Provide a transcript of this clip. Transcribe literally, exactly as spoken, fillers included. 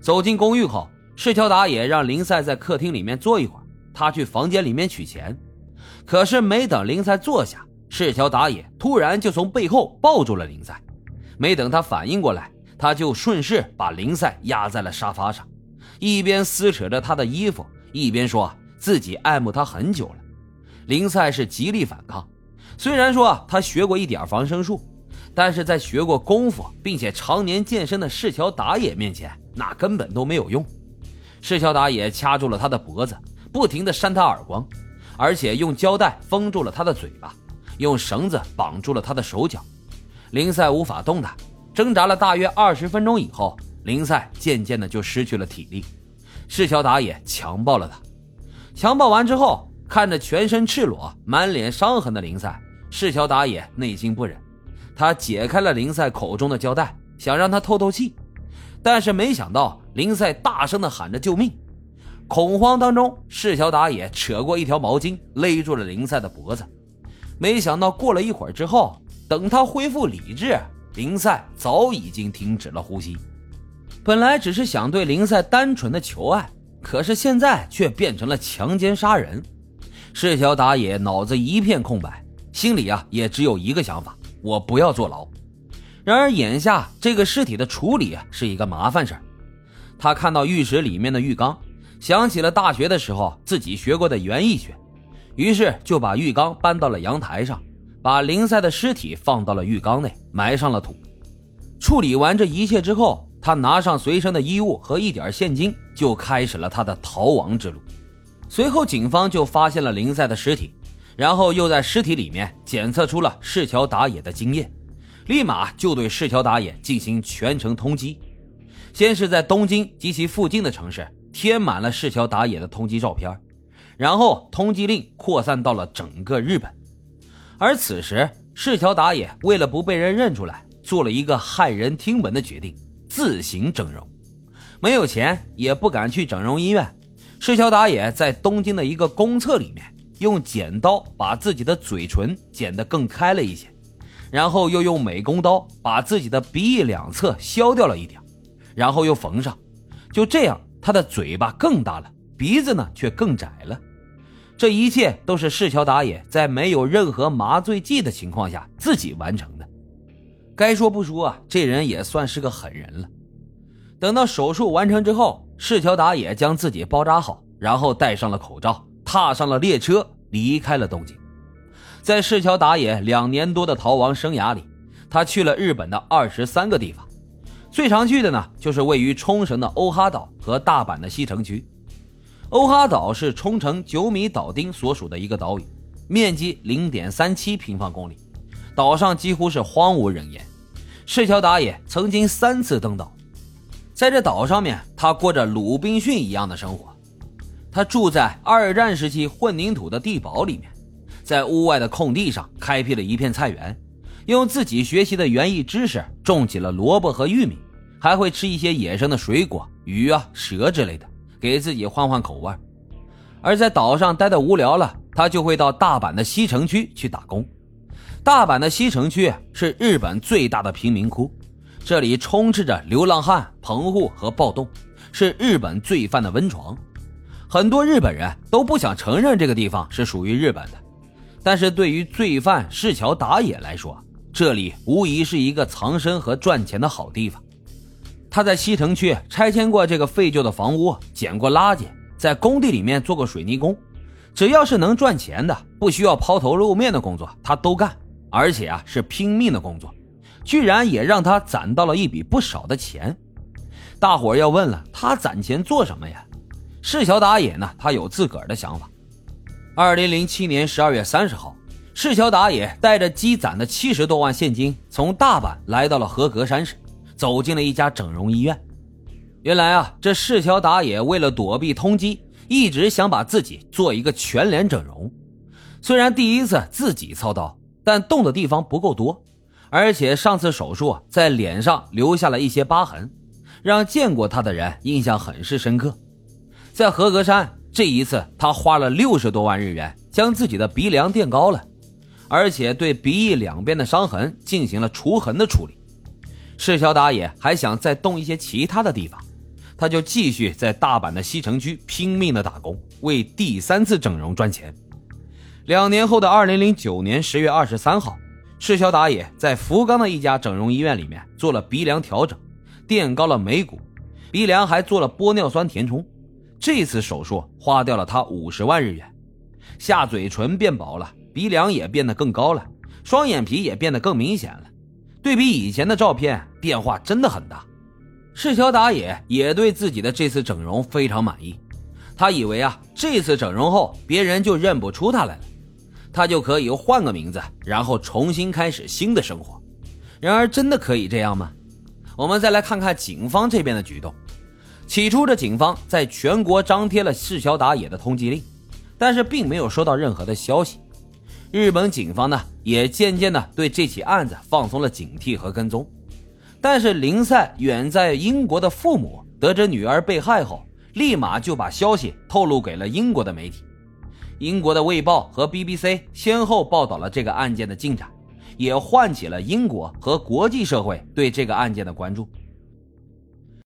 走进公寓后，市桥达也让林赛在客厅里面坐一会儿，他去房间里面取钱。可是没等林赛坐下，市桥达也突然就从背后抱住了林赛。没等他反应过来，他就顺势把林赛压在了沙发上，一边撕扯着他的衣服，一边说自己爱慕他很久了。林赛是极力反抗，虽然说他学过一点防身术，但是在学过功夫并且常年健身的市桥达也面前，那根本都没有用。市桥达也掐住了他的脖子，不停地扇他耳光，而且用胶带封住了他的嘴巴，用绳子绑住了他的手脚。林赛无法动弹，挣扎了大约二十分钟以后，林赛渐渐的就失去了体力。市桥达也强暴了他。强暴完之后，看着全身赤裸满脸伤痕的林赛，市桥达也内心不忍，他解开了林赛口中的胶带，想让他透透气。但是没想到林赛大声地喊着救命。恐慌当中，市桥达也扯过一条毛巾勒住了林赛的脖子。没想到过了一会儿之后，等他恢复理智，林赛早已经停止了呼吸。本来只是想对林赛单纯的求爱，可是现在却变成了强奸杀人。市桥达也脑子一片空白，心里啊也只有一个想法，我不要坐牢。然而眼下这个尸体的处理是一个麻烦事儿。他看到浴室里面的浴缸，想起了大学的时候自己学过的园艺学，于是就把浴缸搬到了阳台上，把林赛的尸体放到了浴缸内，埋上了土。处理完这一切之后，他拿上随身的衣物和一点现金，就开始了他的逃亡之路。随后警方就发现了林赛的尸体，然后又在尸体里面检测出了市桥达也的精液，立马就对市桥达也进行全城通缉。先是在东京及其附近的城市贴满了市桥达也的通缉照片，然后通缉令扩散到了整个日本。而此时市桥达也为了不被人认出来，做了一个骇人听闻的决定，自行整容。没有钱，也不敢去整容医院，市桥达也在东京的一个公厕里面用剪刀把自己的嘴唇剪得更开了一些，然后又用美工刀把自己的鼻翼两侧削掉了一点，然后又缝上。就这样，他的嘴巴更大了，鼻子呢却更窄了。这一切都是市桥达也在没有任何麻醉剂的情况下自己完成的。该说不说啊，这人也算是个狠人了。等到手术完成之后，市桥达也将自己包扎好，然后戴上了口罩，踏上了列车，离开了东京。在市桥达也两年多的逃亡生涯里，他去了日本的二十三个地方，最常去的呢就是位于冲绳的欧哈岛和大阪的西城区。欧哈岛是冲绳九米岛町所属的一个岛屿，面积 零点三七平方公里，岛上几乎是荒无人烟。市桥达也曾经三次登岛，在这岛上面，他过着鲁滨逊一样的生活。他住在二战时期混凝土的地堡里面，在屋外的空地上开辟了一片菜园，用自己学习的园艺知识种起了萝卜和玉米，还会吃一些野生的水果、鱼啊、蛇之类的，给自己换换口味。而在岛上待得无聊了，他就会到大阪的西城区去打工。大阪的西城区是日本最大的贫民窟，这里充斥着流浪汉、棚户和暴动，是日本罪犯的温床。很多日本人都不想承认这个地方是属于日本的，但是对于罪犯市桥达也来说，这里无疑是一个藏身和赚钱的好地方。他在西城区拆迁过这个废旧的房屋，捡过垃圾，在工地里面做过水泥工，只要是能赚钱的，不需要抛头露面的工作他都干，而且啊是拼命的工作，居然也让他攒到了一笔不少的钱。大伙儿要问了，他攒钱做什么呀？市桥达也呢，他有自个儿的想法。二零零七年十二月三十号，市桥达也带着积攒的七十多万现金，从大阪来到了和歌山市，走进了一家整容医院。原来啊，这市桥达也为了躲避通缉，一直想把自己做一个全脸整容。虽然第一次自己操刀，但动的地方不够多，而且上次手术在脸上留下了一些疤痕，让见过他的人印象很是深刻。在和歌山，这一次他花了六十多万日元将自己的鼻梁垫高了，而且对鼻翼两边的伤痕进行了除痕的处理。市桥达也还想再动一些其他的地方， 他就继续在大阪的西城区拼命的打工，为第三次整容赚钱。两年后的二零零九年十月二十三号，赤桥打野在福冈的一家整容医院里面做了鼻梁调整，垫高了眉骨，鼻梁还做了玻尿酸填充。这次手术花掉了他五十万日元，下嘴唇变薄了，鼻梁也变得更高了，双眼皮也变得更明显了。对比以前的照片，变化真的很大。赤桥打野也对自己的这次整容非常满意，他以为啊，这次整容后别人就认不出他来了，他就可以换个名字，然后重新开始新的生活。然而真的可以这样吗？我们再来看看警方这边的举动。起初的警方在全国张贴了赤桥打野的通缉令，但是并没有收到任何的消息。日本警方呢，也渐渐的对这起案子放松了警惕和跟踪。但是林赛远在英国的父母得知女儿被害后，立马就把消息透露给了英国的媒体。英国的《卫报》和 B B C 先后报道了这个案件的进展，也唤起了英国和国际社会对这个案件的关注。